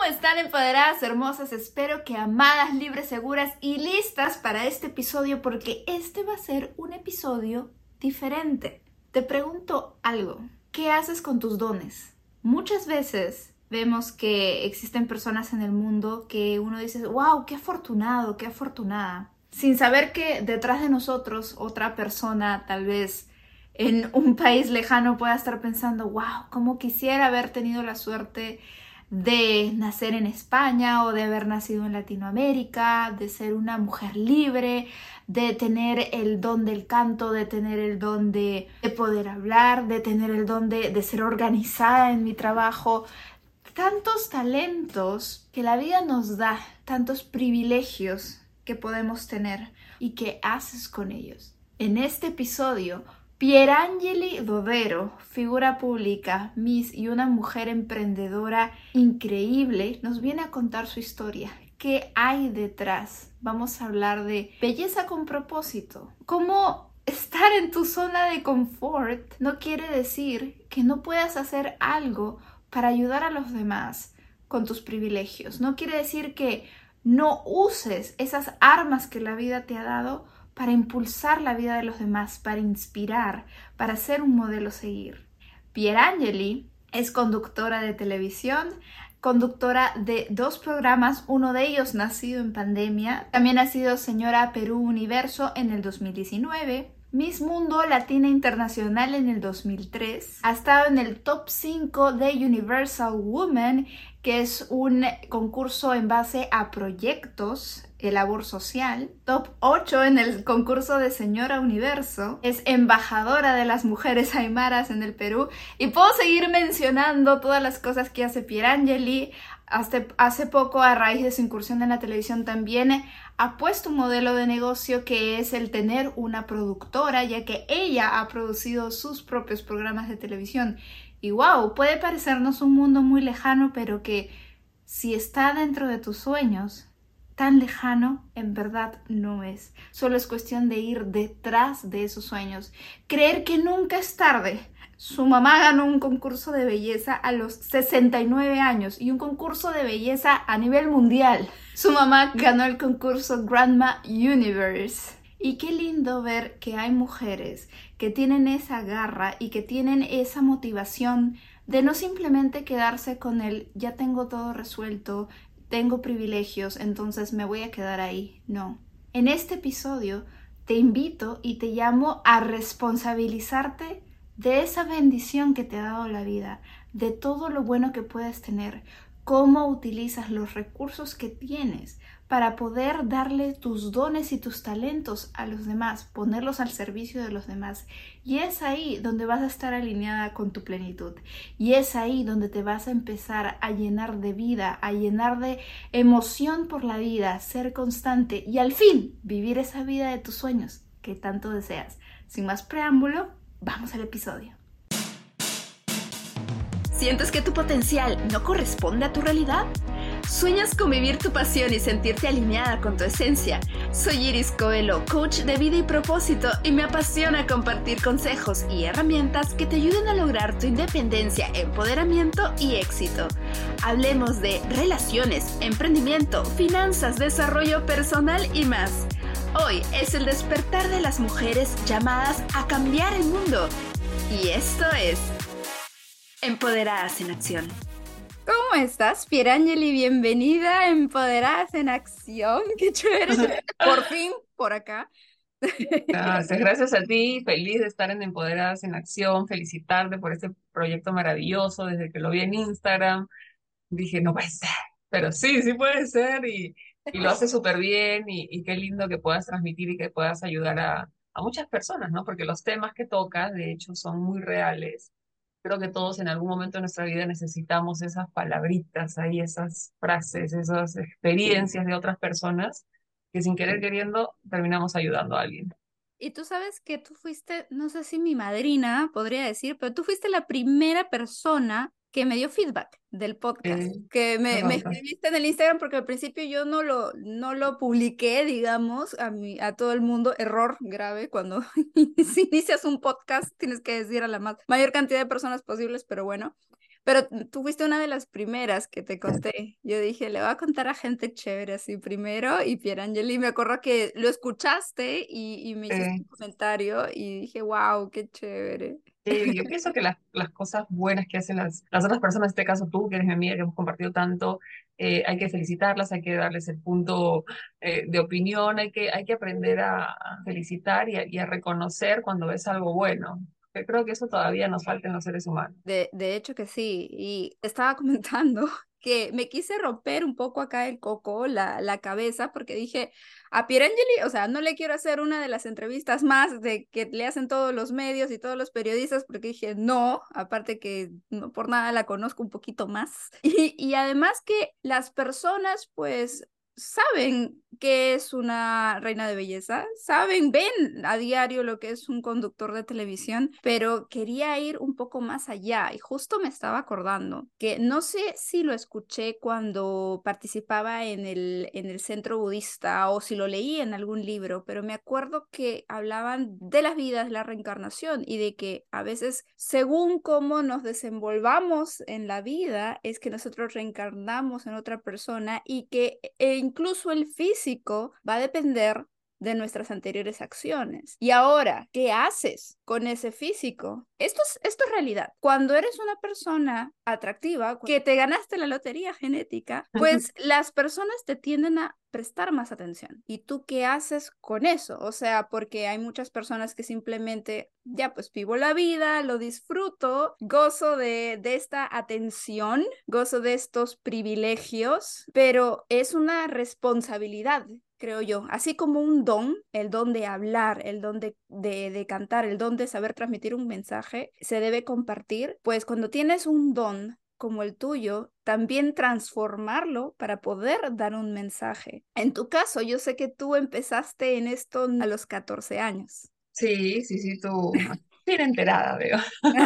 están, empoderadas, hermosas? Espero que amadas, libres, seguras y listas para este episodio, porque este va a ser un episodio diferente. Te pregunto algo. ¿Qué haces con tus dones? Muchas veces vemos que existen personas en el mundo que uno dice, wow, qué afortunado, qué afortunada. Sin saber que detrás de nosotros otra persona, tal vez en un país lejano, pueda estar pensando, wow, cómo quisiera haber tenido la suerte de nacer en España o de haber nacido en Latinoamérica, de ser una mujer libre, de tener el don del canto, de tener el don de poder hablar, de tener el don de ser organizada en mi trabajo. Tantos talentos que la vida nos da, tantos privilegios que podemos tener. ¿Y qué haces con ellos? En este episodio, Pierangeli Dodero, figura pública, Miss y una mujer emprendedora increíble, nos viene a contar su historia. ¿Qué hay detrás? Vamos a hablar de belleza con propósito. ¿Cómo estar en tu zona de confort no quiere decir que no puedas hacer algo para ayudar a los demás con tus privilegios? No quiere decir que no uses esas armas que la vida te ha dado para impulsar la vida de los demás, para inspirar, para ser un modelo a seguir. Pierangeli es conductora de televisión, conductora de 2 programas, uno de ellos nacido en pandemia. También ha sido señora Perú Universo en el 2019. Miss Mundo Latina Internacional en el 2003. Ha estado en el top 5 de Universal Woman, que es un concurso en base a proyectos, labor social. Top 8 en el concurso de Señora Universo. Es embajadora de las mujeres aymaras en el Perú. Y puedo seguir mencionando todas las cosas que hace Pierangeli. Hace poco, a raíz de su incursión en la televisión, también ha puesto un modelo de negocio que es el tener una productora, ya que ella ha producido sus propios programas de televisión. Y wow, puede parecernos un mundo muy lejano, pero que si está dentro de tus sueños, tan lejano en verdad no es. Solo es cuestión de ir detrás de esos sueños. Creer que nunca es tarde. Su mamá ganó un concurso de belleza a los 69 años y un concurso de belleza a nivel mundial. Su mamá ganó el concurso Grandma Universe. Y qué lindo ver que hay mujeres que tienen esa garra y que tienen esa motivación de no simplemente quedarse con el ya tengo todo resuelto, tengo privilegios, entonces me voy a quedar ahí. No. En este episodio te invito y te llamo a responsabilizarte de esa bendición que te ha dado la vida, de todo lo bueno que puedes tener, cómo utilizas los recursos que tienes para poder darle tus dones y tus talentos a los demás, ponerlos al servicio de los demás. Y es ahí donde vas a estar alineada con tu plenitud. Y es ahí donde te vas a empezar a llenar de vida, a llenar de emoción por la vida, ser constante y al fin vivir esa vida de tus sueños que tanto deseas. Sin más preámbulo, vamos al episodio. ¿Sientes que tu potencial no corresponde a tu realidad? ¿Sueñas con vivir tu pasión y sentirte alineada con tu esencia? Soy Iris Coelho, coach de vida y propósito, y me apasiona compartir consejos y herramientas que te ayuden a lograr tu independencia, empoderamiento y éxito. Hablemos de relaciones, emprendimiento, finanzas, desarrollo personal y más. Hoy es el despertar de las mujeres llamadas a cambiar el mundo. Y esto es Empoderadas en Acción. ¿Cómo estás, Pierangeli? Bienvenida a Empoderadas en Acción. ¡Qué chévere! Por fin, por acá. Gracias a ti, feliz de estar en Empoderadas en Acción, felicitarte por este proyecto maravilloso. Desde que lo vi en Instagram, dije, no puede ser, pero sí, sí puede ser, y lo hace súper bien, y qué lindo que puedas transmitir y que puedas ayudar a muchas personas, ¿no? Porque los temas que tocas, de hecho, son muy reales. Creo que todos en algún momento de nuestra vida necesitamos esas palabritas ahí, esas frases, esas experiencias de otras personas que sin querer queriendo terminamos ayudando a alguien. Y tú sabes que tú fuiste, no sé si mi madrina podría decir, pero tú fuiste la primera persona que me dio feedback del podcast, que me Perdón. escribiste en el Instagram, porque al principio yo no lo publiqué, digamos, a todo el mundo. Error grave cuando si inicias un podcast, tienes que decir a la mayor cantidad de personas posibles, pero bueno. Pero tú fuiste una de las primeras que te conté. Yo dije, le voy a contar a gente chévere así primero. Y Pierangeli, me acuerdo que lo escuchaste y me hiciste Eh, un comentario y dije, wow, qué chévere. Yo pienso que las cosas buenas que hacen las otras personas, en este caso tú, que eres mi amiga, que hemos compartido tanto, hay que felicitarlas, hay que darles el punto de opinión, hay que aprender a felicitar y a reconocer cuando ves algo bueno. Yo creo que eso todavía nos falta en los seres humanos. De hecho que sí, y estaba comentando que me quise romper un poco acá el coco, la cabeza, porque dije, a Pierangeli, o sea, no le quiero hacer una de las entrevistas más de que le hacen todos los medios y todos los periodistas, porque dije, no, aparte que no por nada la conozco un poquito más. Y además que las personas, pues, saben que es una reina de belleza, saben, ven a diario lo que es un conductor de televisión, pero quería ir un poco más allá y justo me estaba acordando que no sé si lo escuché cuando participaba en el centro budista o si lo leí en algún libro, pero me acuerdo que hablaban de las vidas, la reencarnación y de que a veces según cómo nos desenvolvamos en la vida es que nosotros reencarnamos en otra persona y que incluso el físico va a depender de nuestras anteriores acciones. Y ahora, ¿qué haces con ese físico? Esto es realidad. Cuando eres una persona atractiva, que te ganaste la lotería genética, pues las personas te tienden a prestar más atención. ¿Y tú qué haces con eso? O sea, porque hay muchas personas que simplemente, ya pues vivo la vida, lo disfruto, gozo de esta atención, gozo de estos privilegios, pero es una responsabilidad, creo yo, así como un don, el don de hablar, el don de cantar, el don de saber transmitir un mensaje, se debe compartir, pues cuando tienes un don como el tuyo, también transformarlo para poder dar un mensaje. En tu caso, yo sé que tú empezaste en esto a los 14 años. Sí, sí, sí, tú bien enterada, veo.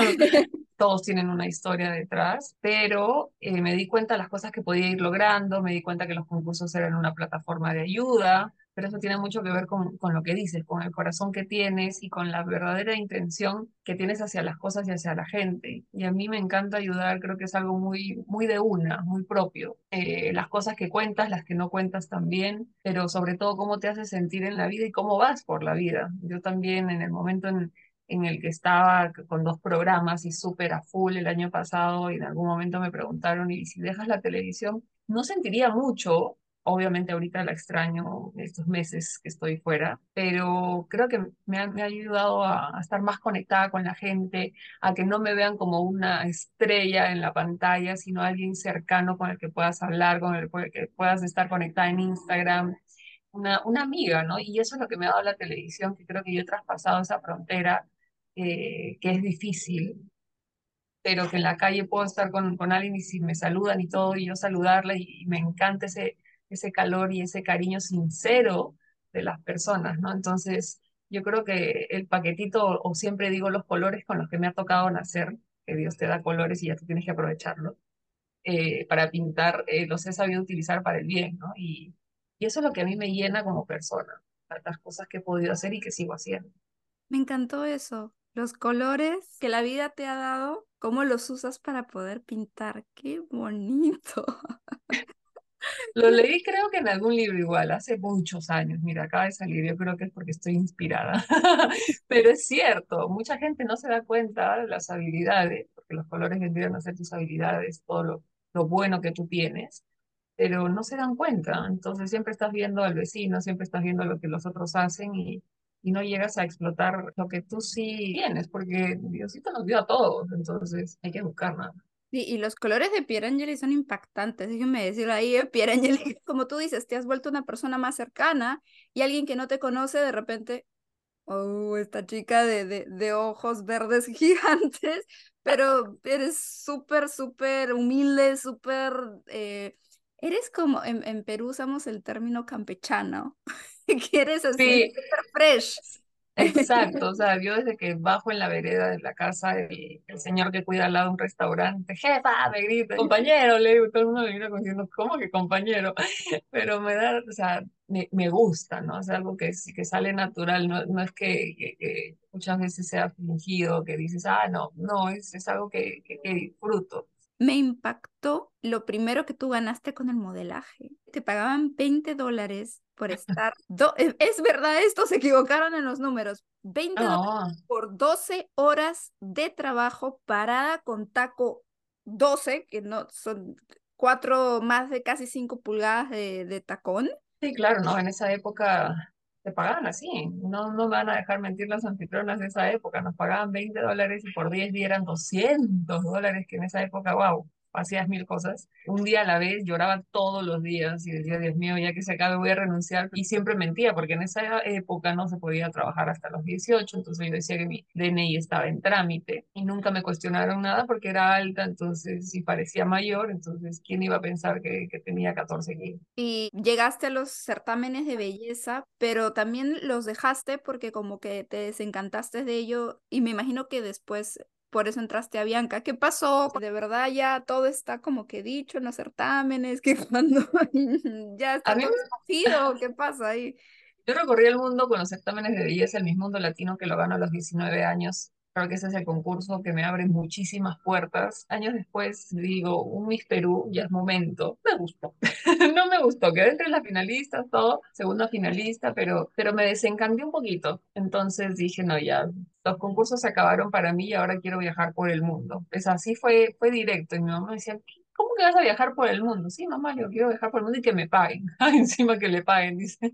Todos tienen una historia detrás, pero me di cuenta de las cosas que podía ir logrando, me di cuenta que los concursos eran una plataforma de ayuda, pero eso tiene mucho que ver con lo que dices, con el corazón que tienes y con la verdadera intención que tienes hacia las cosas y hacia la gente. Y a mí me encanta ayudar, creo que es algo muy, muy de una, muy propio. Las cosas que cuentas, las que no cuentas también, pero sobre todo cómo te hace sentir en la vida y cómo vas por la vida. Yo también en el momento en el que estaba con dos programas y súper a full el año pasado y en algún momento me preguntaron, ¿y si dejas la televisión? No sentiría mucho, obviamente ahorita la extraño estos meses que estoy fuera, pero creo que me ha ayudado a estar más conectada con la gente, a que no me vean como una estrella en la pantalla, sino alguien cercano con el que puedas hablar, con el que puedas estar conectada en Instagram. Una amiga, ¿no? Y eso es lo que me ha dado la televisión, que creo que yo he traspasado esa frontera que es difícil, pero que en la calle puedo estar con alguien y si me saludan y todo, y yo saludarla y me encanta ese calor y ese cariño sincero de las personas, ¿no? Entonces, yo creo que el paquetito, o siempre digo los colores con los que me ha tocado nacer, que Dios te da colores y ya tú tienes que aprovecharlo, para pintar, los he sabido utilizar para el bien, ¿no? Y eso es lo que a mí me llena como persona, las cosas que he podido hacer y que sigo haciendo. Me encantó eso. Los colores que la vida te ha dado, cómo los usas para poder pintar. Qué bonito. Lo leí creo que en algún libro igual, hace muchos años. Mira, acaba de salir, yo creo que es porque estoy inspirada. Pero es cierto, mucha gente no se da cuenta de las habilidades, porque los colores vendrían a ser tus habilidades, todo lo bueno que tú tienes, pero no se dan cuenta. Entonces siempre estás viendo al vecino, siempre estás viendo lo que los otros hacen y no llegas a explotar lo que tú sí tienes, porque Diosito nos dio a todos, entonces hay que buscar nada. Y los colores de Pierangeli son impactantes, déjenme decirlo ahí, Pierangeli, como tú dices, te has vuelto una persona más cercana y alguien que no te conoce de repente, oh, esta chica de ojos verdes gigantes, pero eres súper, súper humilde, súper, eres como, en Perú usamos el término campechano, que eres así, Sí, súper fresh. exacto, o sea, yo desde que bajo en la vereda de la casa, el señor que cuida al lado de un restaurante, jefa, me grita, compañero, le digo, todo el mundo me mira como diciendo, ¿cómo que compañero? Pero me da, o sea, me gusta, ¿no? Es algo que sale natural, no, no es que muchas veces sea fingido, que dices, ah, no, no, es algo que disfruto. me impactó lo primero que tú ganaste con el modelaje. Te pagaban $20 por estar... es verdad esto, se equivocaron en los números. $20 No, por 12 horas de trabajo parada con taco 12, que no son 4 más de casi 5 pulgadas de tacón. sí, claro, no, en esa época te pagaban así. No, no me van a dejar mentir las anfitrionas de esa época. Nos pagaban $20 y por 10 días eran $200, que en esa época, wow, hacías mil cosas. Un día a la vez lloraba todos los días y decía, Dios mío, ya que se acabe voy a renunciar. Y siempre mentía, porque en esa época no se podía trabajar hasta los 18, entonces yo decía que mi DNI estaba en trámite y nunca me cuestionaron nada porque era alta, entonces, si parecía mayor, entonces, ¿quién iba a pensar que tenía 14 kilos? Y llegaste a los certámenes de belleza, pero también los dejaste porque como que te desencantaste de ello y me imagino que después por eso entraste a Bianca. ¿Qué pasó? De verdad ya todo está como que dicho en los certámenes, que cuando ya A está mí todo escogido, ¿qué pasa ahí? Yo recorrí el mundo con los certámenes de belleza, el Miss Mundo Latino que lo gano a los 19 años. Creo que ese es el concurso que me abre muchísimas puertas. Años después digo, un Miss Perú, ya es momento. Me gustó. No me gustó, quedé entre las finalistas, todo, segunda finalista, pero me desencanté un poquito. Entonces dije, no, ya, los concursos se acabaron para mí y ahora quiero viajar por el mundo. Es así, fue directo. Y mi mamá me decía, ¿cómo que vas a viajar por el mundo? Sí, mamá, yo quiero viajar por el mundo y que me paguen. Encima que le paguen, dice.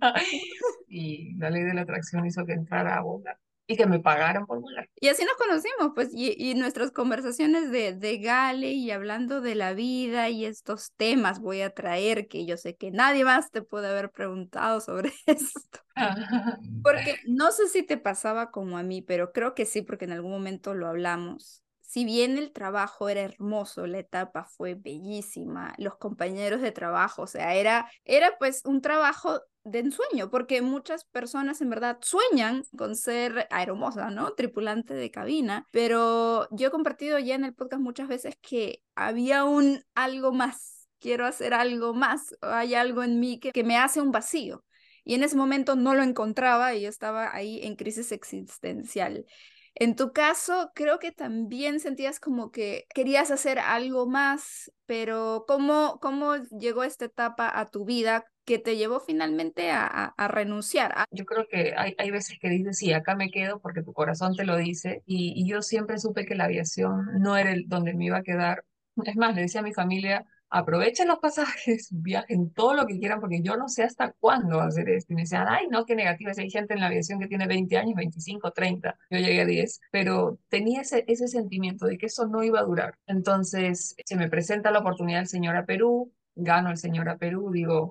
Y la ley de la atracción hizo que entrara a volar y que me pagaran por volar. Y así nos conocimos, pues, y nuestras conversaciones de Gale y hablando de la vida y estos temas voy a traer que yo sé que nadie más te puede haber preguntado sobre esto. Porque no sé si te pasaba como a mí, pero creo que sí, porque en algún momento lo hablamos. Si bien el trabajo era hermoso, la etapa fue bellísima, los compañeros de trabajo, o sea, era pues un trabajo de ensueño, porque muchas personas en verdad sueñan con ser aeromoza, ¿no? Tripulante de cabina, pero yo he compartido ya en el podcast muchas veces que había un algo más, quiero hacer algo más, hay algo en mí que me hace un vacío. Y en ese momento no lo encontraba y yo estaba ahí en crisis existencial. En tu caso, creo que también sentías como que querías hacer algo más, pero ¿cómo llegó esta etapa a tu vida que te llevó finalmente a renunciar? Yo creo que hay veces que dices, sí, acá me quedo porque tu corazón te lo dice y yo siempre supe que la aviación no era el donde me iba a quedar. Es más, le decía a mi familia, aprovechen los pasajes, viajen todo lo que quieran porque yo no sé hasta cuándo va a hacer esto. Y me decían, ay, no, qué negativa, si hay gente en la aviación que tiene 20 años, 25, 30. Yo llegué a 10, pero tenía ese sentimiento de que eso no iba a durar. Entonces se me presenta la oportunidad del señor a Perú, gano el señor a Perú, digo,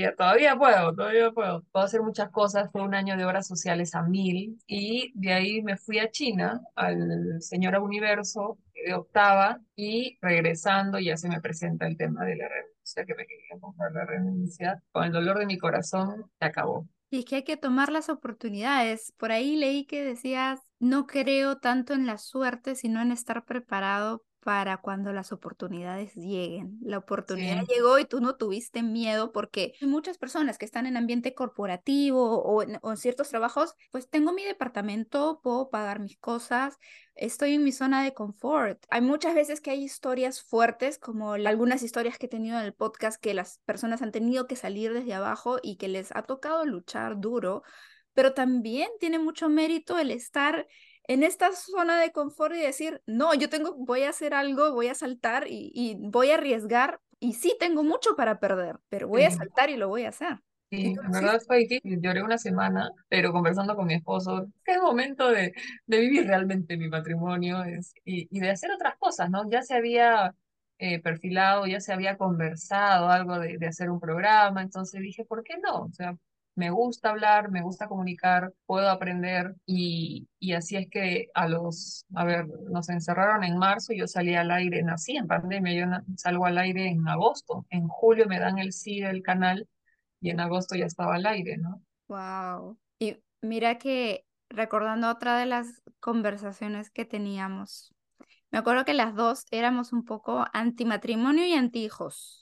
todavía puedo hacer muchas cosas, fue un año de horas sociales a 1000 y de ahí me fui a China, al señor a Universo, de octava y regresando ya se me presenta el tema de la renuncia, que me quería comprar la renuncia, con el dolor de mi corazón, se acabó. Y es que hay que tomar las oportunidades. Por ahí leí que decías, no creo tanto en la suerte, sino en estar preparado para cuando las oportunidades lleguen. La oportunidad Sí. llegó y tú no tuviste miedo porque hay muchas personas que están en ambiente corporativo o en ciertos trabajos, pues tengo mi departamento, puedo pagar mis cosas, estoy en mi zona de confort. Hay muchas veces que hay historias fuertes, como algunas historias que he tenido en el podcast, que las personas han tenido que salir desde abajo y que les ha tocado luchar duro, pero también tiene mucho mérito el estar en esta zona de confort y decir, no, voy a hacer algo, voy a saltar y voy a arriesgar y sí tengo mucho para perder, pero voy a Sí. saltar y lo voy a hacer. Y Sí, tú lo en verdad hiciste. fue difícil, lloré una semana, pero conversando con mi esposo, que es momento de vivir realmente mi matrimonio y de hacer otras cosas, ¿no? Ya se había perfilado, ya se había conversado algo de hacer un programa, entonces dije, ¿por qué no? O sea, me gusta hablar, me gusta comunicar, puedo aprender y así es que a ver, nos encerraron en marzo, yo salí al aire, nací en pandemia, salgo al aire en agosto, en julio me dan el sí del canal y en agosto ya estaba al aire, ¿no? Wow. Y mira que recordando otra de las conversaciones que teníamos, me acuerdo que las dos éramos un poco anti matrimonio y anti hijos.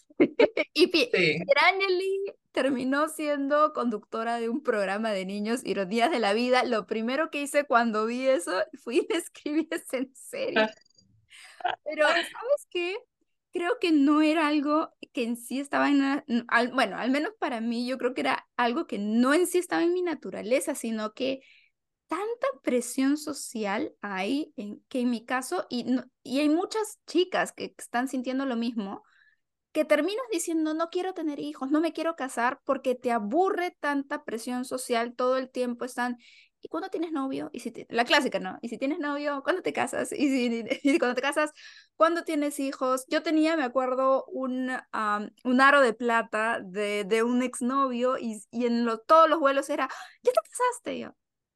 Y Sí, Pierangeli terminó siendo conductora de un programa de niños, Ironías de la Vida. Lo primero que hice cuando vi eso fue escribir, ¿es en serio? Pero, ¿sabes qué? Creo que no era algo que en sí estaba bueno, al menos para mí, yo creo que era algo que no en sí estaba en mi naturaleza, sino que tanta presión social hay que en mi caso, y hay muchas chicas que están sintiendo lo mismo, que terminas diciendo, no quiero tener hijos, no me quiero casar, porque te aburre tanta presión social, todo el tiempo están, ¿y cuándo tienes novio? La clásica, ¿no? ¿Y si tienes novio, cuándo te casas? Y cuando te casas, ¿cuándo tienes hijos? Yo tenía, me acuerdo, un aro de plata de un exnovio y en todos los vuelos era, ¿ya te casaste? Y yo,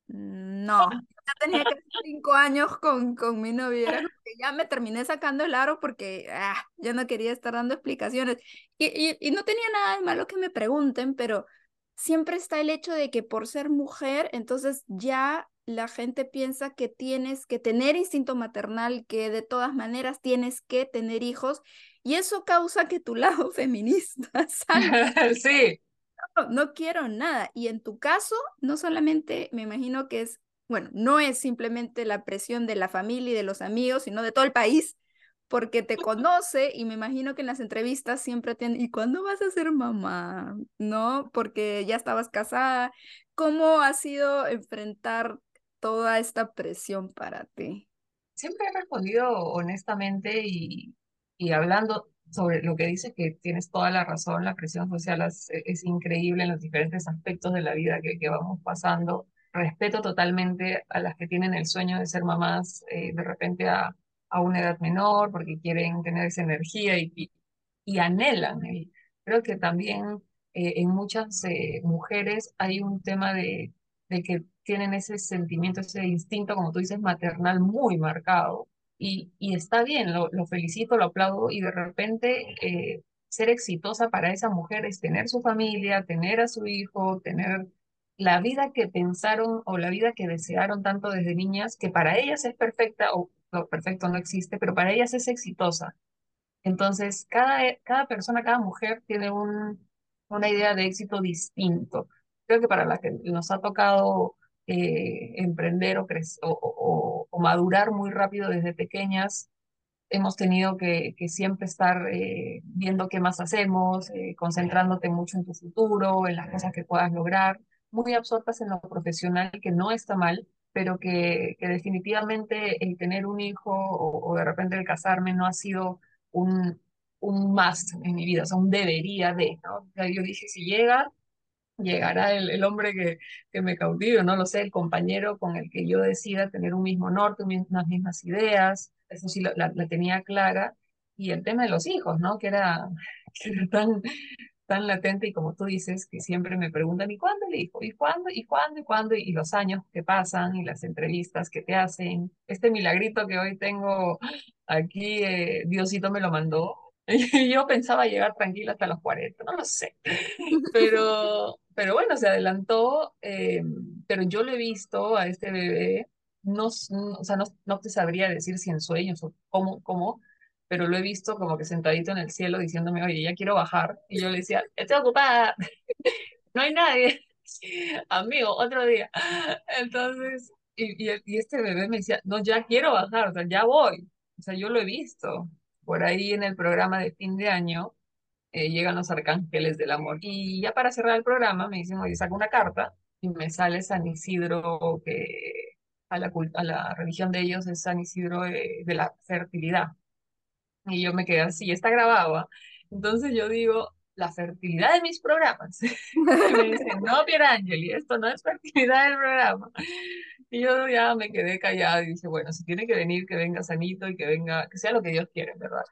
no, ya tenía casi 5 años con mi novio y era como que ya me terminé sacando el aro porque ya no quería estar dando explicaciones. Y no tenía nada de malo que me pregunten, pero siempre está el hecho de que por ser mujer, entonces ya la gente piensa que tienes que tener instinto maternal, que de todas maneras tienes que tener hijos, y eso causa que tu lado feminista salga. Sí, No quiero nada. Y en tu caso, no solamente me imagino que es, bueno, no es simplemente la presión de la familia y de los amigos, sino de todo el país, porque te conoce y me imagino que en las entrevistas siempre te... ¿Y cuándo vas a ser mamá? ¿No? Porque ya estabas casada. ¿Cómo ha sido enfrentar toda esta presión para ti? siempre he respondido honestamente y hablando sobre lo que dices, que tienes toda la razón, la presión social es increíble en los diferentes aspectos de la vida que vamos pasando. Respeto totalmente a las que tienen el sueño de ser mamás de repente a una edad menor porque quieren tener esa energía y anhelan. Creo que también en muchas mujeres hay un tema de que tienen ese sentimiento, ese instinto, como tú dices, maternal muy marcado. Y está bien, lo felicito, lo aplaudo, y de repente ser exitosa para esa mujer es tener su familia, tener a su hijo, tener la vida que pensaron o la vida que desearon tanto desde niñas, que para ellas es perfecta, o lo perfecto no existe, pero para ellas es exitosa. Entonces, cada persona, cada mujer tiene una idea de éxito distinto. Creo que para la que nos ha tocado emprender o madurar muy rápido desde pequeñas, hemos tenido que siempre estar viendo qué más hacemos, concentrándote mucho en tu futuro, en las cosas que puedas lograr, muy absortas en lo profesional, que no está mal, pero que definitivamente el tener un hijo o de repente el casarme no ha sido un, un must en mi vida, o sea, un debería de, ¿no? O sea, yo dije, si llegará el hombre que me cautive, no lo sé, el compañero con el que yo decida tener un mismo norte, unas mismas ideas, eso sí la tenía clara, y el tema de los hijos, ¿no? Que era tan latente y como tú dices, que siempre me preguntan, ¿y cuándo el hijo? ¿Y cuándo? ¿Y cuándo? ¿Y cuándo? Y los años que pasan y las entrevistas que te hacen, este milagrito que hoy tengo aquí, Diosito me lo mandó. Y yo pensaba llegar tranquila hasta los 40, no lo sé. Pero bueno, se adelantó, pero yo lo he visto a este bebé, o sea, no te sabría decir si en sueños o cómo, pero lo he visto como que sentadito en el cielo diciéndome, oye, ya quiero bajar. Y yo le decía, estoy ocupada, no hay nadie. Amigo, otro día. Entonces, y este bebé me decía, no, ya quiero bajar, o sea, ya voy. O sea, yo lo he visto por ahí en el programa de fin de año llegan los arcángeles del amor. Y ya para cerrar el programa me dicen, oye, saca una carta y me sale San Isidro, que a la religión de ellos es San Isidro de la fertilidad. Y yo me quedé así, está grabado. ¿Ah? Entonces yo digo, la fertilidad de mis programas. Y me dicen, no, Pierangeli, esto no es fertilidad del programa. Y yo ya me quedé callada y dije, bueno, si tiene que venir, que venga sanito y que venga, que sea lo que Dios quiere, ¿verdad?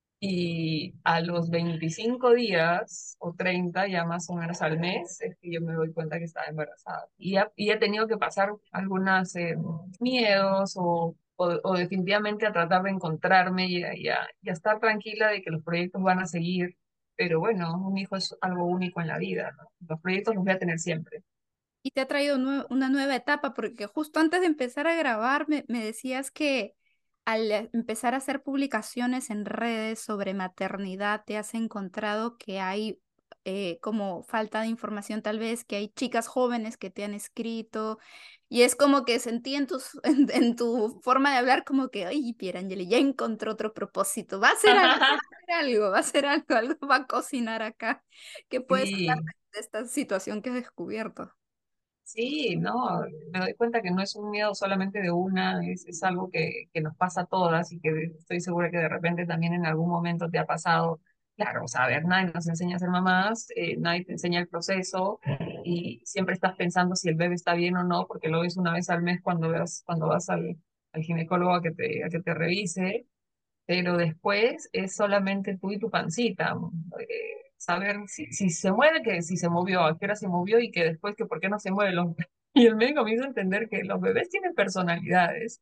Y a los 25 días o 30 ya más o menos al mes, es que yo me doy cuenta que estaba embarazada. Y he tenido que pasar algunos miedos o definitivamente a tratar de encontrarme y a estar tranquila de que los proyectos van a seguir. Pero bueno, un hijo es algo único en la vida, ¿no? Los proyectos los voy a tener siempre. Y te ha traído una nueva etapa, porque justo antes de empezar a grabar me decías que al empezar a hacer publicaciones en redes sobre maternidad, te has encontrado que hay como falta de información tal vez, que hay chicas jóvenes que te han escrito y es como que sentí en tu forma de hablar como que, ay, Pierangeli, ya encontró otro propósito, va a hacer algo, va a hacer algo, algo va a cocinar acá. ¿Qué puedes hablar Sí, de esta situación que has descubierto? sí, no, me doy cuenta que no es un miedo solamente de una, es algo que nos pasa a todas y que estoy segura que de repente también en algún momento te ha pasado. Claro, o sea, a ver, nadie nos enseña a ser mamás, nadie te enseña el proceso y siempre estás pensando si el bebé está bien o no, porque lo ves una vez al mes cuando vas al ginecólogo a que te revise, pero después es solamente tú y tu pancita. Saber si se mueve, que si se movió, a qué hora se movió y que después que por qué no se mueve. Y el médico me hizo entender que los bebés tienen personalidades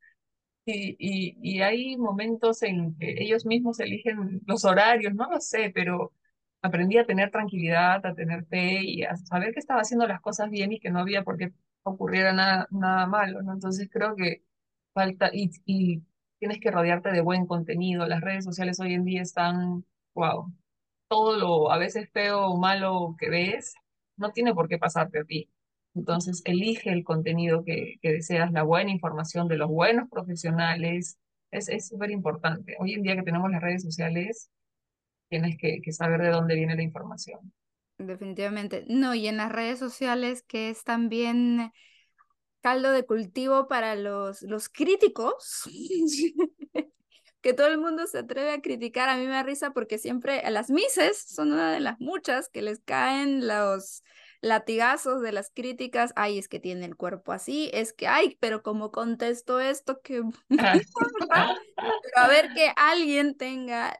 y hay momentos en que ellos mismos eligen los horarios, no lo sé, pero aprendí a tener tranquilidad, a tener fe y a saber que estaba haciendo las cosas bien y que no había por qué ocurriera nada malo, ¿no? Entonces creo que falta, y tienes que rodearte de buen contenido. Las redes sociales hoy en día están, wow, todo lo a veces feo o malo que ves no tiene por qué pasarte a ti. Entonces, elige el contenido que deseas, la buena información de los buenos profesionales. Es súper importante. Hoy en día que tenemos las redes sociales, tienes que saber de dónde viene la información. Definitivamente. No, y en las redes sociales que es también caldo de cultivo para los críticos, que todo el mundo se atreve a criticar. A mí me da risa porque siempre a las mises son una de las muchas que les caen los latigazos de las críticas. Ay, es que tiene el cuerpo así, es que, ay, pero como contesto esto, que no importa. Pero a ver que alguien tenga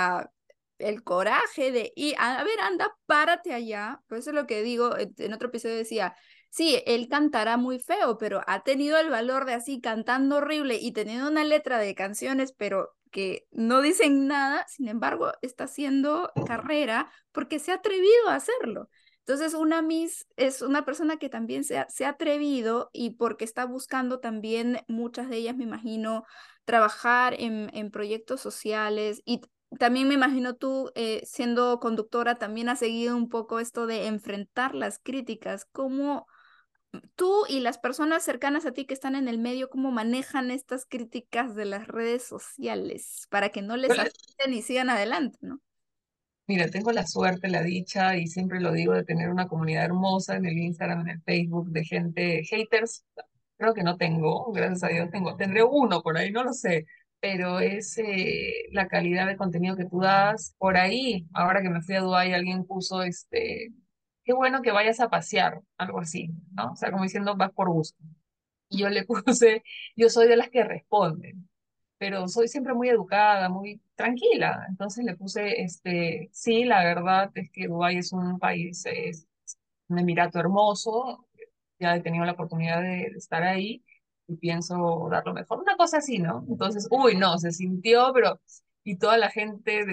el coraje de ir, a ver, anda, párate allá. Por eso es lo que digo, en otro episodio decía, sí, él cantará muy feo, pero ha tenido el valor de así cantando horrible y teniendo una letra de canciones, pero que no dicen nada, sin embargo, está haciendo carrera porque se ha atrevido a hacerlo. Entonces, una Miss es una persona que también se ha atrevido y porque está buscando también, muchas de ellas, me imagino, trabajar en proyectos sociales y también me imagino tú, siendo conductora, también has seguido un poco esto de enfrentar las críticas. ¿Cómo tú y las personas cercanas a ti que están en el medio, cómo manejan estas críticas de las redes sociales para que no les afecten y sigan adelante, ¿no? Mira, tengo la suerte, la dicha, y siempre lo digo, de tener una comunidad hermosa en el Instagram, en el Facebook, de gente, haters, creo que no tengo, gracias a Dios tendré uno por ahí, no lo sé, pero es la calidad de contenido que tú das. Por ahí, ahora que me fui a Dubái, alguien puso, qué bueno que vayas a pasear, algo así, ¿no? O sea, como diciendo, vas por gusto. Y yo le puse, yo soy de las que responden, pero soy siempre muy educada, muy tranquila. Entonces le puse, sí, la verdad es que Dubái es un país, es un emirato hermoso, ya he tenido la oportunidad de estar ahí y pienso dar lo mejor, una cosa así, ¿no? Entonces, uy, no, se sintió, pero, y toda la gente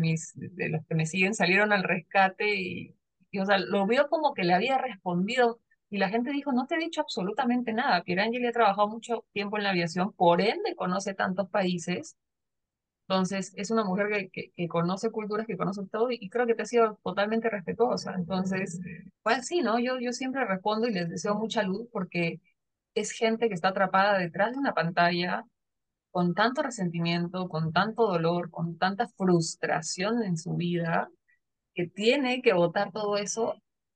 de los que me siguen salieron al rescate y, o sea, lo vio como que le había respondido. Y la gente dijo, no te he dicho absolutamente nada. Pierangeli ha trabajado mucho tiempo en la aviación, por ende conoce tantos países. Entonces, es una mujer que conoce culturas, que conoce todo y creo que te ha sido totalmente respetuosa. Entonces, pues sí, ¿no? Yo siempre respondo y les deseo mucha luz porque es gente que está atrapada detrás de una pantalla con tanto resentimiento, con tanto dolor, con tanta frustración en su vida, que tiene que botar todo eso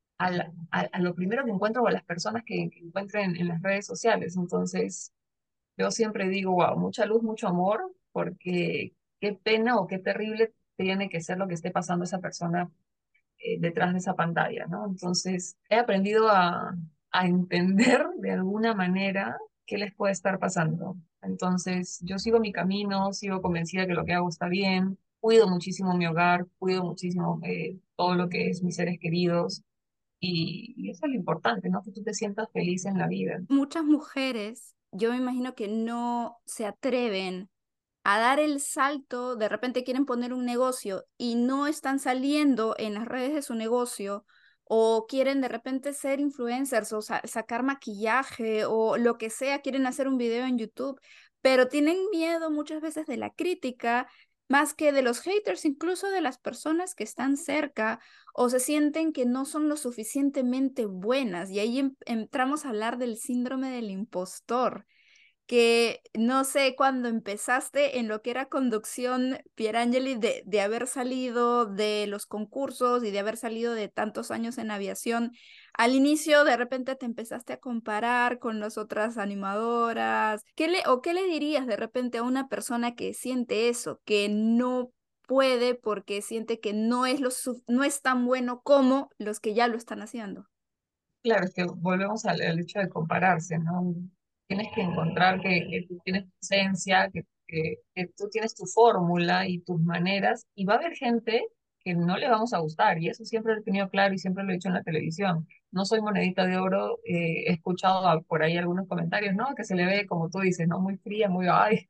a lo primero que encuentra o a las personas que encuentren en las redes sociales. Entonces, yo siempre digo, wow, mucha luz, mucho amor, porque qué pena o qué terrible tiene que ser lo que esté pasando esa persona detrás de esa pantalla, ¿no? Entonces, he aprendido a entender de alguna manera qué les puede estar pasando. Entonces, yo sigo mi camino, sigo convencida que lo que hago está bien, cuido muchísimo mi hogar, cuido muchísimo todo lo que es mis seres queridos, y eso es lo importante, ¿no? Que tú te sientas feliz en la vida. Muchas mujeres, yo me imagino que no se atreven a dar el salto, de repente quieren poner un negocio y no están saliendo en las redes de su negocio o quieren de repente ser influencers o sacar maquillaje o lo que sea, quieren hacer un video en YouTube, pero tienen miedo muchas veces de la crítica Más que de los haters, incluso de las personas que están cerca o se sienten que no son lo suficientemente buenas. Y ahí entramos a hablar del síndrome del impostor, que no sé, cuando empezaste en lo que era conducción, Pierangeli, de haber salido de los concursos y de haber salido de tantos años en aviación, al inicio de repente te empezaste a comparar con las otras animadoras. ¿Qué le dirías de repente a una persona que siente eso, que no puede porque siente que no es tan bueno como los que ya lo están haciendo? Claro, es que volvemos al hecho de compararse, ¿no? Tienes que encontrar que tú tienes tu esencia, que tú tienes tu fórmula y tus maneras, y va a haber gente que no le vamos a gustar, y eso siempre lo he tenido claro y siempre lo he dicho en la televisión. No soy monedita de oro, he escuchado por ahí algunos comentarios, ¿no? Que se le ve, como tú dices, ¿no? Muy fría, muy, ay,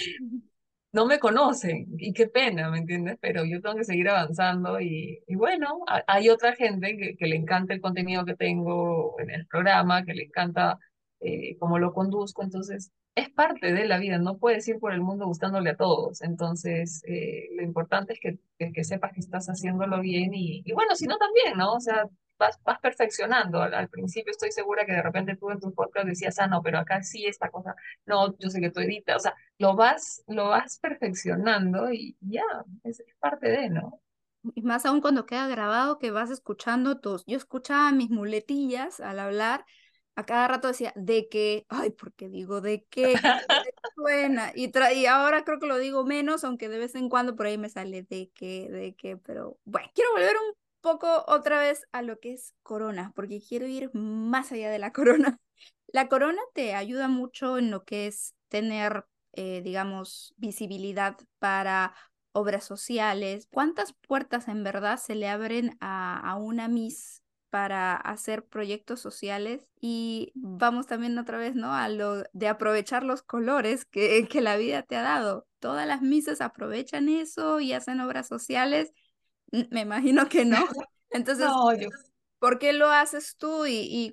no me conocen y qué pena, ¿me entiendes? Pero yo tengo que seguir avanzando y bueno, hay otra gente que le encanta el contenido que tengo en el programa, que le encanta cómo lo conduzco, entonces es parte de la vida, no puedes ir por el mundo gustándole a todos, entonces lo importante es que sepas que estás haciéndolo bien y bueno, si no también, ¿no? O sea, vas perfeccionando, al principio estoy segura que de repente tú en tu podcast decías, ah, no, pero acá sí esta cosa, no, yo sé que tú editas, o sea, lo vas perfeccionando y ya, es parte de, ¿no? Y más aún cuando queda grabado que vas escuchando tus... Yo escuchaba mis muletillas al hablar, a cada rato decía, ¿de qué? Ay, porque digo, ¿de qué? ¿Qué suena? Y ahora creo que lo digo menos, aunque de vez en cuando por ahí me sale de qué, pero bueno, quiero volver un poco otra vez a lo que es corona, porque quiero ir más allá de la corona. La corona te ayuda mucho en lo que es tener, digamos, visibilidad para obras sociales. ¿Cuántas puertas en verdad se le abren a una Miss para hacer proyectos sociales? Y vamos también otra vez, ¿no? A lo de aprovechar los colores que la vida te ha dado. Todas las Misses aprovechan eso y hacen obras sociales. Me imagino que no. Entonces, No, yo, ¿por qué lo haces tú y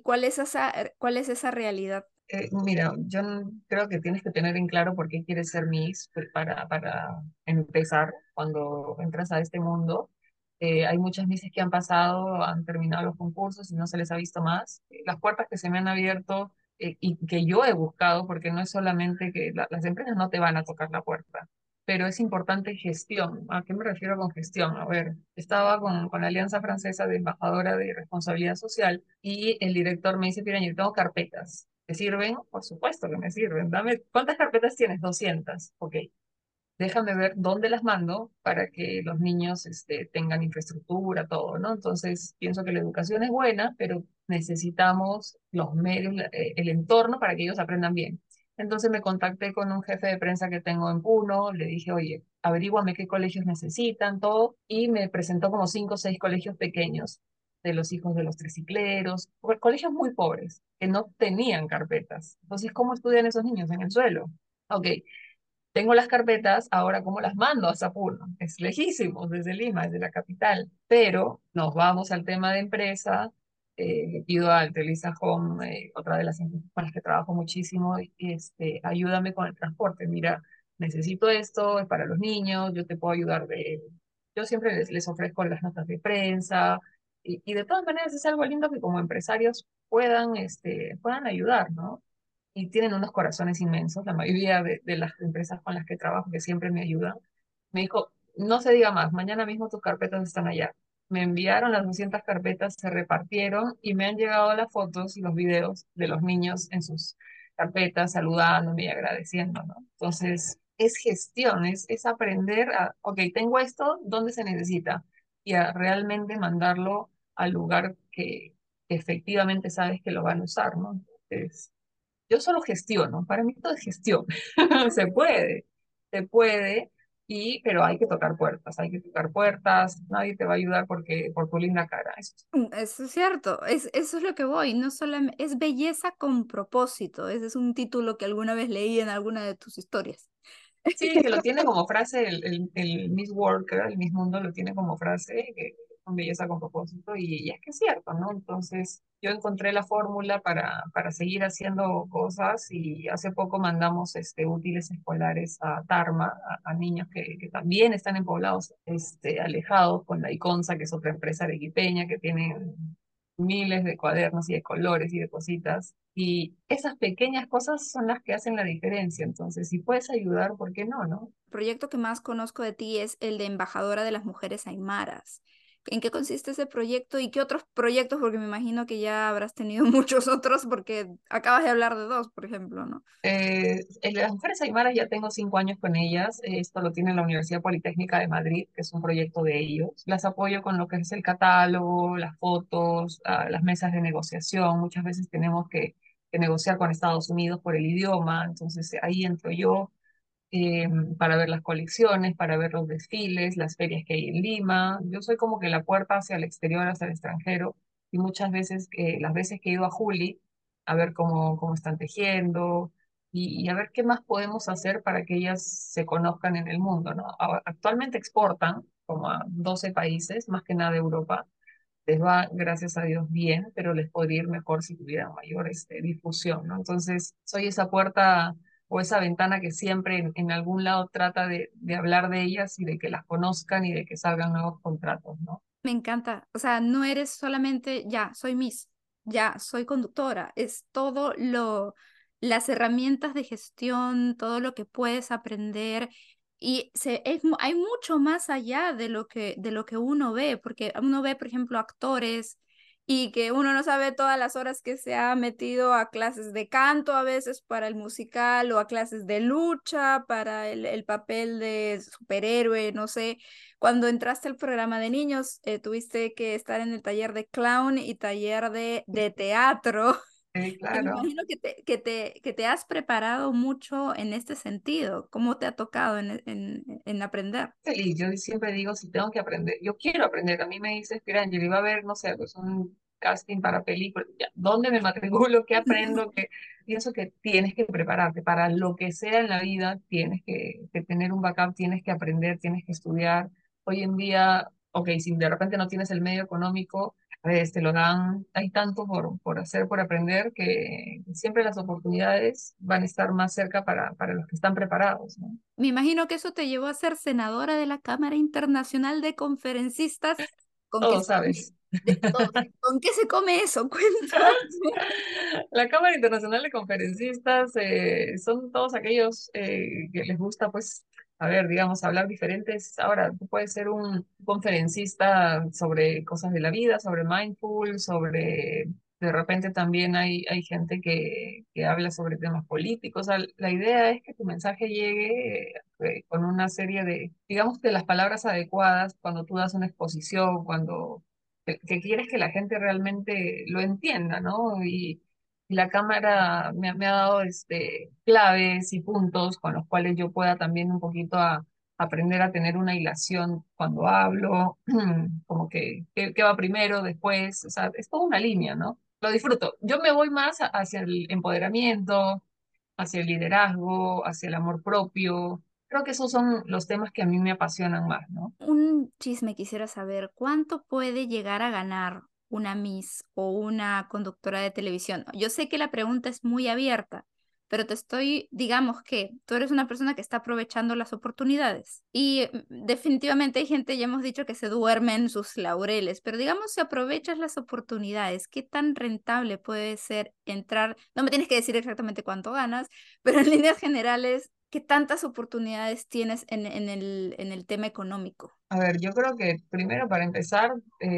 cuál es esa realidad? mira, creo que tienes que tener en claro por qué quieres ser Miss pues, para empezar cuando entras a este mundo. Hay muchas Misses que han pasado, han terminado los concursos y no se les ha visto más. Las puertas que se me han abierto y que yo he buscado, porque no es solamente que las empresas no te van a tocar la puerta, pero es importante gestión. ¿A qué me refiero con gestión? A ver, estaba con la Alianza Francesa de Embajadora de Responsabilidad Social y el director me dice, Piraño, yo tengo carpetas. ¿Te sirven? Por supuesto que me sirven. Dame, ¿cuántas carpetas tienes? 200. Ok, déjame ver dónde las mando para que los niños tengan infraestructura, todo, ¿no? Entonces, pienso que la educación es buena, pero necesitamos los medios, el entorno para que ellos aprendan bien. Entonces me contacté con un jefe de prensa que tengo en Puno, le dije, oye, averíguame qué colegios necesitan, todo, y me presentó como 5 o 6 colegios pequeños de los hijos de los tricicleros, colegios muy pobres, que no tenían carpetas. Entonces, ¿cómo estudian esos niños? En el suelo. Ok, tengo las carpetas, ahora cómo las mando a Sapuno. Es lejísimo, desde Lima, desde la capital. Pero nos vamos al tema de empresa. Le pido a Telisa Home, otra de las empresas con las que trabajo muchísimo, ayúdame con el transporte. Mira, necesito esto, es para los niños, yo te puedo ayudar de... Yo siempre les ofrezco las notas de prensa y de todas maneras es algo lindo que como empresarios puedan ayudar, ¿no? Y tienen unos corazones inmensos, la mayoría de las empresas con las que trabajo, que siempre me ayudan. Me dijo, no se diga más, mañana mismo tus carpetas están allá. Me enviaron las 200 carpetas, se repartieron y me han llegado las fotos y los videos de los niños en sus carpetas, saludándome y agradeciendo, ¿no? Entonces, es gestión, es aprender a, ok, tengo esto, ¿dónde se necesita? Y a realmente mandarlo al lugar que efectivamente sabes que lo van a usar, ¿no? Entonces, yo solo gestiono, para mí todo es gestión. Se puede, pero hay que tocar puertas, nadie te va a ayudar por tu linda cara. Eso es cierto, eso es lo que voy, no solamente, es belleza con propósito, ese es un título que alguna vez leí en alguna de tus historias. Sí, que lo tiene como frase el Miss World, creo, el Miss Mundo lo tiene como frase, con Belleza con Propósito, y es que es cierto, ¿no? Entonces, yo encontré la fórmula para seguir haciendo cosas y hace poco mandamos útiles escolares a Tarma, a niños que también están en poblados alejados con la Iconza, que es otra empresa arequipeña que tiene miles de cuadernos y de colores y de cositas. Y esas pequeñas cosas son las que hacen la diferencia. Entonces, si puedes ayudar, ¿por qué no, no? El proyecto que más conozco de ti es el de embajadora de las mujeres aymaras. ¿En qué consiste ese proyecto y qué otros proyectos? Porque me imagino que ya habrás tenido muchos otros porque acabas de hablar de dos, por ejemplo, ¿no? En las mujeres aymaras ya tengo 5 años con ellas. Esto lo tiene la Universidad Politécnica de Madrid, que es un proyecto de ellos. Las apoyo con lo que es el catálogo, las fotos, las mesas de negociación. Muchas veces tenemos que negociar con Estados Unidos por el idioma, entonces ahí entro yo eh, para ver las colecciones, para ver los desfiles, las ferias que hay en Lima. Yo soy como que la puerta hacia el exterior, hacia el extranjero, y muchas veces, las veces que he ido a Juli, a ver cómo están tejiendo y a ver qué más podemos hacer para que ellas se conozcan en el mundo, ¿no? Actualmente exportan como a 12 países, más que nada de Europa. Les va, gracias a Dios, bien, pero les podría ir mejor si tuvieran mayor difusión, ¿no? Entonces, soy esa puerta o esa ventana que siempre en algún lado trata de hablar de ellas y de que las conozcan y de que salgan nuevos contratos, ¿no? Me encanta. O sea, no eres solamente, ya, soy Miss, ya, soy conductora. Es todo las herramientas de gestión, todo lo que puedes aprender. Y hay mucho más allá de lo que uno ve, porque uno ve, por ejemplo, actores y que uno no sabe todas las horas que se ha metido a clases de canto a veces para el musical o a clases de lucha para el papel de superhéroe, no sé. Cuando entraste al programa de niños, tuviste que estar en el taller de clown y taller de teatro. Y me Claro. imagino que te has preparado mucho en este sentido. ¿Cómo te ha tocado en aprender? Feliz, yo siempre digo, si tengo que aprender, yo quiero aprender. A mí me dice, Pirangeli, va a haber, no sé, pues un casting para películas, ya, ¿dónde me matriculo? ¿Qué aprendo? Pienso que tienes que prepararte para lo que sea en la vida, tienes que tener un backup, tienes que aprender, tienes que estudiar. Hoy en día, ok, si de repente no tienes el medio económico, te lo dan, hay tanto por hacer, por aprender, que siempre las oportunidades van a estar más cerca para los que están preparados, ¿no? Me imagino que eso te llevó a ser senadora de la Cámara Internacional de Conferencistas. ¿Con qué Todo se come? sabes. ¿Con qué se come eso? Cuéntame. La Cámara Internacional de Conferencistas son todos aquellos que les gusta, pues, a ver, digamos, hablar diferentes. Ahora, tú puedes ser un conferencista sobre cosas de la vida, sobre mindful, de repente también hay gente que habla sobre temas políticos. O sea, la idea es que tu mensaje llegue con una serie de, digamos, de las palabras adecuadas cuando tú das una exposición, cuando que quieres que la gente realmente lo entienda, ¿no? Y la cámara me ha dado claves y puntos con los cuales yo pueda también un poquito aprender a tener una hilación cuando hablo, como que qué va primero, después, o sea, es toda una línea, ¿no? Lo disfruto. Yo me voy más hacia el empoderamiento, hacia el liderazgo, hacia el amor propio. Creo que esos son los temas que a mí me apasionan más, ¿no? Un chisme quisiera saber, ¿cuánto puede llegar a ganar una Miss o una conductora de televisión? Yo sé que la pregunta es muy abierta, pero te estoy, digamos que tú eres una persona que está aprovechando las oportunidades y definitivamente hay gente, ya hemos dicho, que se duerme en sus laureles, pero digamos si aprovechas las oportunidades, ¿qué tan rentable puede ser entrar? No me tienes que decir exactamente cuánto ganas, pero en líneas generales, ¿qué tantas oportunidades tienes en el tema económico? A ver, yo creo que primero para empezar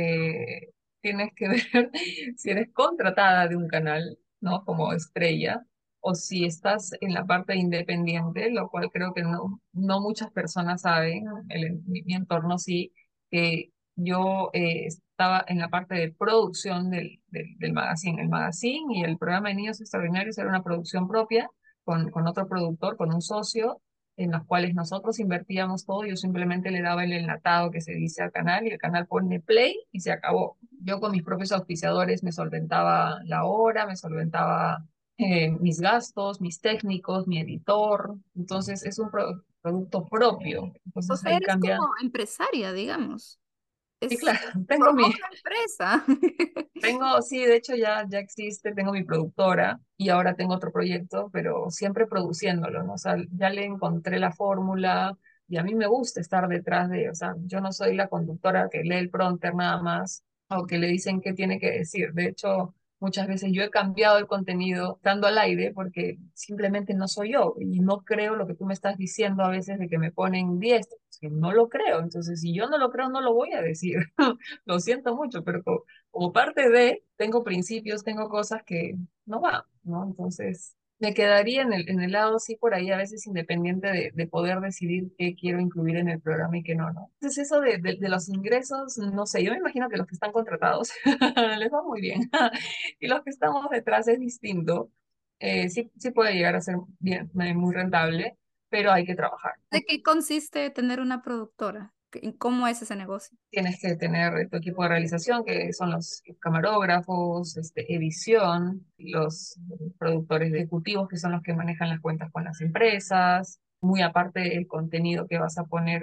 tienes que ver si eres contratada de un canal, ¿no? Como estrella, o si estás en la parte independiente, lo cual creo que no muchas personas saben, mi entorno sí, que yo estaba en la parte de producción del magazine. El magazine y el programa de Niños Extraordinarios era una producción propia con otro productor, con un socio en los cuales nosotros invertíamos todo, yo simplemente le daba el enlatado que se dice al canal y el canal pone play y se acabó. Yo con mis propios auspiciadores me solventaba la hora, me solventaba mis gastos, mis técnicos, mi editor, entonces es un producto propio, O entonces sea, ahí eres cambia. como empresaria, digamos. Sí, Es claro, tengo formó mi, una empresa. tengo, sí, de hecho ya existe, tengo mi productora y ahora tengo otro proyecto, pero siempre produciéndolo, ¿no? O sea, ya le encontré la fórmula y a mí me gusta estar detrás de, o sea, yo no soy la conductora que lee el prompter nada más o que le dicen qué tiene que decir. De hecho, muchas veces yo he cambiado el contenido estando al aire porque simplemente no soy yo y no creo lo que tú me estás diciendo a veces de que me ponen 10, que no lo creo. Entonces, si yo no lo creo, no lo voy a decir. Lo siento mucho, pero como parte de, tengo principios, tengo cosas que no van, ¿no? Entonces, me quedaría en el lado, sí, por ahí, a veces independiente de poder decidir qué quiero incluir en el programa y qué no, ¿no? Entonces, eso de los ingresos, no sé, yo me imagino que los que están contratados les va muy bien. Y los que estamos detrás es distinto. Sí, sí puede llegar a ser bien, muy rentable, pero hay que trabajar. ¿De qué consiste tener una productora? ¿Cómo es ese negocio? Tienes que tener tu equipo de realización, que son los camarógrafos, edición, los productores ejecutivos, que son los que manejan las cuentas con las empresas, muy aparte el contenido que vas a poner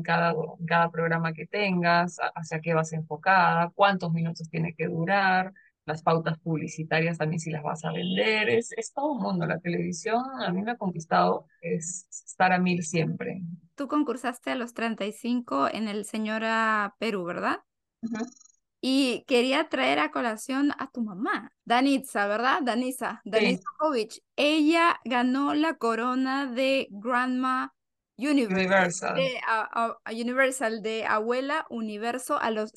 en cada programa que tengas, hacia qué vas enfocada, cuántos minutos tiene que durar, las pautas publicitarias también si las vas a vender, es todo un mundo. La televisión a mí me ha conquistado, es estar a mil siempre. Tú concursaste a los 35 en el Señora Perú, ¿verdad? Ujú. Y quería traer a colación a tu mamá, Danitza, ¿verdad? Danisa Sí, Jovic. Ella ganó la corona de Grandma Universe, Universal. Universal, de Abuela Universo a los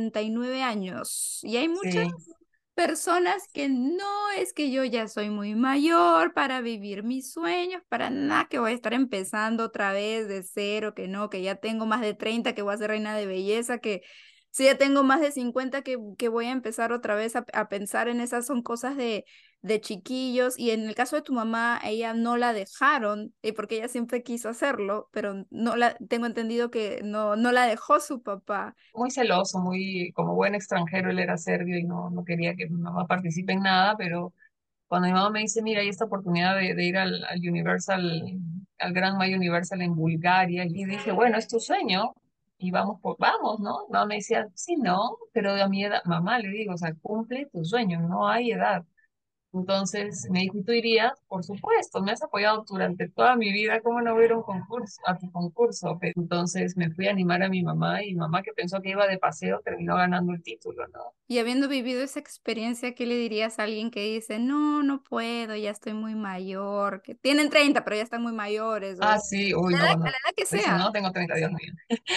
69 años. Y hay muchas Sí. personas que no es que yo ya soy muy mayor para vivir mis sueños, para nada que voy a estar empezando otra vez de cero, que no, que ya tengo más de 30, que voy a ser reina de belleza, que si ya tengo más de 50, que voy a empezar otra vez a pensar en esas, son cosas de chiquillos. Y en el caso de tu mamá, ella no la dejaron, porque ella siempre quiso hacerlo, pero no la, tengo entendido que no la dejó su papá. Muy celoso, muy como buen extranjero, él era serbio y no quería que mi mamá participe en nada, pero cuando mi mamá me dice, mira, hay esta oportunidad de ir al Universal, al Gran My Universal en Bulgaria, y dije, bueno, es tu sueño, y vamos, ¿no? Mi mamá me decía, sí, no, pero a mi edad, mamá, le digo, o sea, cumple tu sueño, no hay edad. Entonces me dijo, ¿y tú irías? Por supuesto, me has apoyado durante toda mi vida, ¿cómo no voy a ir a un concurso, a tu concurso? Pero entonces me fui a animar a mi mamá y mamá que pensó que iba de paseo terminó ganando el título, ¿no? Y habiendo vivido esa experiencia, ¿qué le dirías a alguien que dice, no, no puedo, ya estoy muy mayor, que tienen 30 pero ya están muy mayores, o Ah, sí, uy, a no, la no. edad que Dice, sea? no, tengo 30 Dios mío.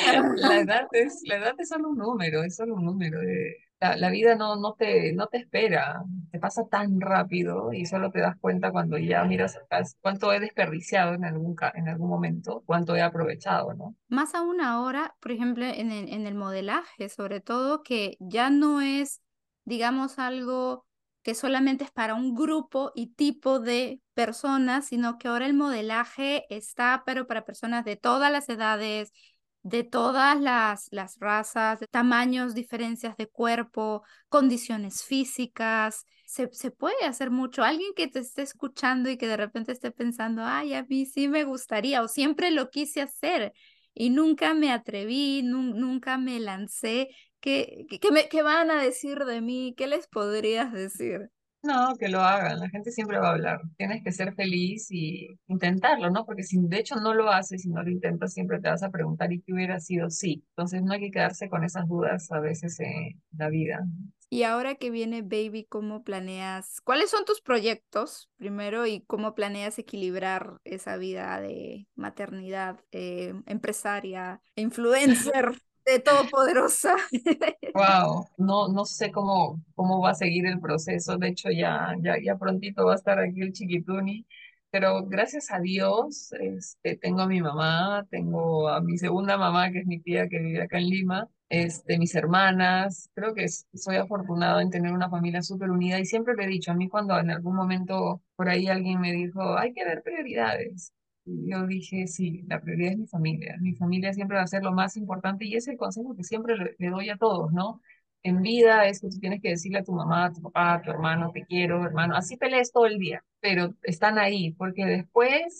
La edad es solo un número, es solo un número. La vida no no te espera, te pasa tan rápido y solo te das cuenta cuando ya miras atrás cuánto he desperdiciado en algún momento, cuánto he aprovechado, ¿no? Más aún ahora, por ejemplo, en el modelaje, sobre todo, que ya no es, digamos, algo que solamente es para un grupo y tipo de personas, sino que ahora el modelaje está, pero para personas de todas las edades, de todas las razas, de tamaños, diferencias de cuerpo, condiciones físicas. Se puede hacer mucho. Alguien que te esté escuchando y que de repente esté pensando, ay, a mí sí me gustaría o siempre lo quise hacer y nunca me atreví, nunca me lancé. ¿Qué van a decir de mí? ¿Qué les podrías decir? No, que lo hagan, la gente siempre va a hablar. Tienes que ser feliz y intentarlo, ¿no? Porque si de hecho no lo haces y no lo intentas, siempre te vas a preguntar, ¿y qué hubiera sido? Sí. Entonces no hay que quedarse con esas dudas a veces en la vida. Y ahora que viene Baby, ¿cómo planeas? ¿Cuáles son tus proyectos primero y cómo planeas equilibrar esa vida de maternidad, empresaria, influencer, de todopoderosa? Wow, no sé cómo va a seguir el proceso. De hecho, ya prontito va a estar aquí el chiquituni. Pero gracias a Dios, tengo a mi mamá, tengo a mi segunda mamá, que es mi tía que vive acá en Lima, mis hermanas. Creo que soy afortunada en tener una familia súper unida y siempre le he dicho, a mí cuando en algún momento por ahí alguien me dijo, hay que ver prioridades. Y yo dije, sí, la prioridad es mi familia. Mi familia siempre va a ser lo más importante y es el consejo que siempre le doy a todos, ¿no? En vida es que tú tienes que decirle a tu mamá, a tu papá, a tu hermano, te quiero, hermano. Así pelees todo el día, pero están ahí, porque después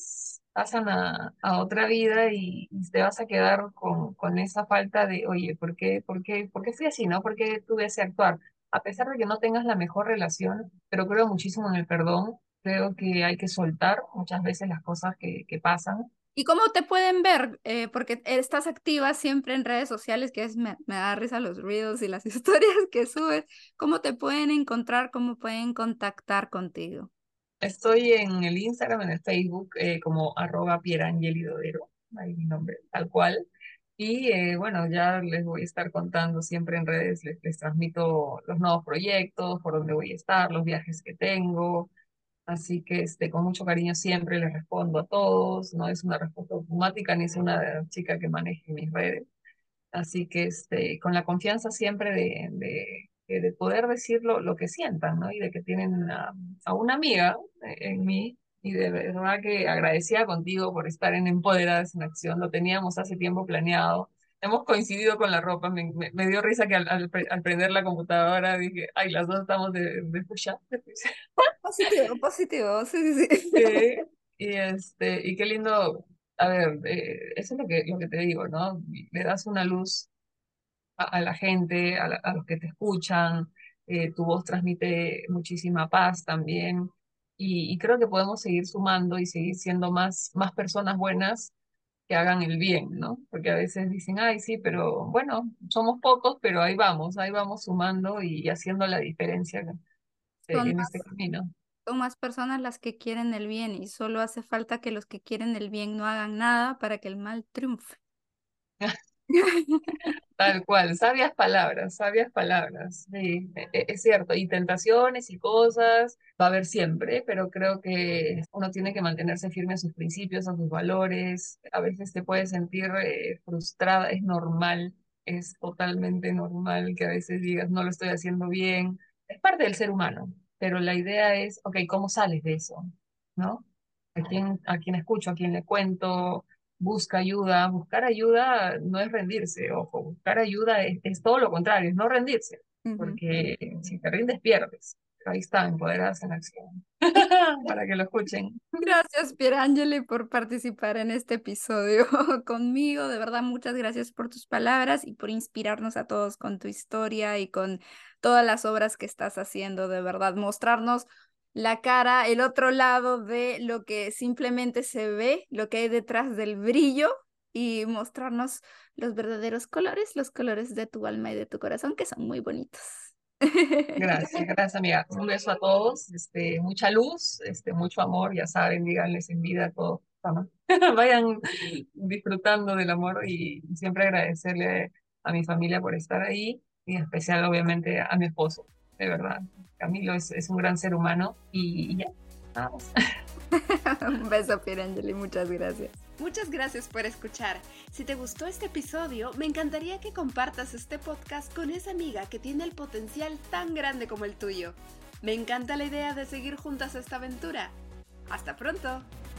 pasan a otra vida y te vas a quedar con esa falta de, oye, ¿por qué fui así, no? ¿Por qué tuve ese actuar? A pesar de que no tengas la mejor relación, pero creo muchísimo en el perdón, creo que hay que soltar muchas veces las cosas que pasan. ¿Y cómo te pueden ver? Porque estás activa siempre en redes sociales, me da risa los reels y las historias que subes. ¿Cómo te pueden encontrar? ¿Cómo pueden contactar contigo? Estoy en el Instagram, en el Facebook, como @pierangelidodero, ahí mi nombre, tal cual. Y bueno, ya les voy a estar contando siempre en redes, les transmito los nuevos proyectos, por dónde voy a estar, los viajes que tengo. Así que con mucho cariño siempre les respondo a todos. No es una respuesta automática ni es una chica que maneje mis redes. Así que con la confianza siempre de poder decir lo que sientan, ¿no? Y de que tienen a una amiga en mí. Y de verdad que agradecida contigo por estar en Empoderadas en Acción. Lo teníamos hace tiempo planeado. Hemos coincidido con la ropa. Me dio risa que al prender la computadora dije, ay, las dos estamos de push-up. Positivo, positivo, sí, sí, sí. Sí, y qué lindo. A ver, eso es lo que te digo, ¿no? Le das una luz a la gente, a los que te escuchan. Tu voz transmite muchísima paz también. Y creo que podemos seguir sumando y seguir siendo más personas buenas que hagan el bien, ¿no? Porque a veces dicen, ay, sí, pero bueno, somos pocos, pero ahí vamos sumando y haciendo la diferencia Son en este más, camino. son más personas las que quieren el bien y solo hace falta que los que quieren el bien no hagan nada para que el mal triunfe. Tal cual, sabias palabras, sí, es cierto, y tentaciones y cosas va a haber siempre, pero creo que uno tiene que mantenerse firme a sus principios, a sus valores. A veces te puedes sentir frustrada, es normal, es totalmente normal que a veces digas no lo estoy haciendo bien, es parte del ser humano, pero la idea es, ok, ¿cómo sales de eso? ¿No? ¿A quién escucho? ¿A quién le cuento? Busca ayuda. Buscar ayuda no es rendirse, ojo, buscar ayuda es todo lo contrario, es no rendirse, Ujú. porque si te rindes pierdes. Pero ahí está, Empoderadas en Acción, para que lo escuchen. Gracias, Pierangeli, por participar en este episodio conmigo. De verdad, muchas gracias por tus palabras y por inspirarnos a todos con tu historia y con todas las obras que estás haciendo. De verdad, mostrarnos la cara, el otro lado de lo que simplemente se ve, lo que hay detrás del brillo y mostrarnos los verdaderos colores, los colores de tu alma y de tu corazón, que son muy bonitos. Gracias, amiga. Un beso a todos, mucha luz, mucho amor, ya saben, díganles en vida a todos. ¿No? Vayan disfrutando del amor y siempre agradecerle a mi familia por estar ahí y en especial, obviamente, a mi esposo, de verdad. Camilo es un gran ser humano y ya, vamos. Un beso, Pierangeli, muchas gracias. Muchas gracias por escuchar. Si te gustó este episodio, me encantaría que compartas este podcast con esa amiga que tiene el potencial tan grande como el tuyo. Me encanta la idea de seguir juntas esta aventura. ¡Hasta pronto!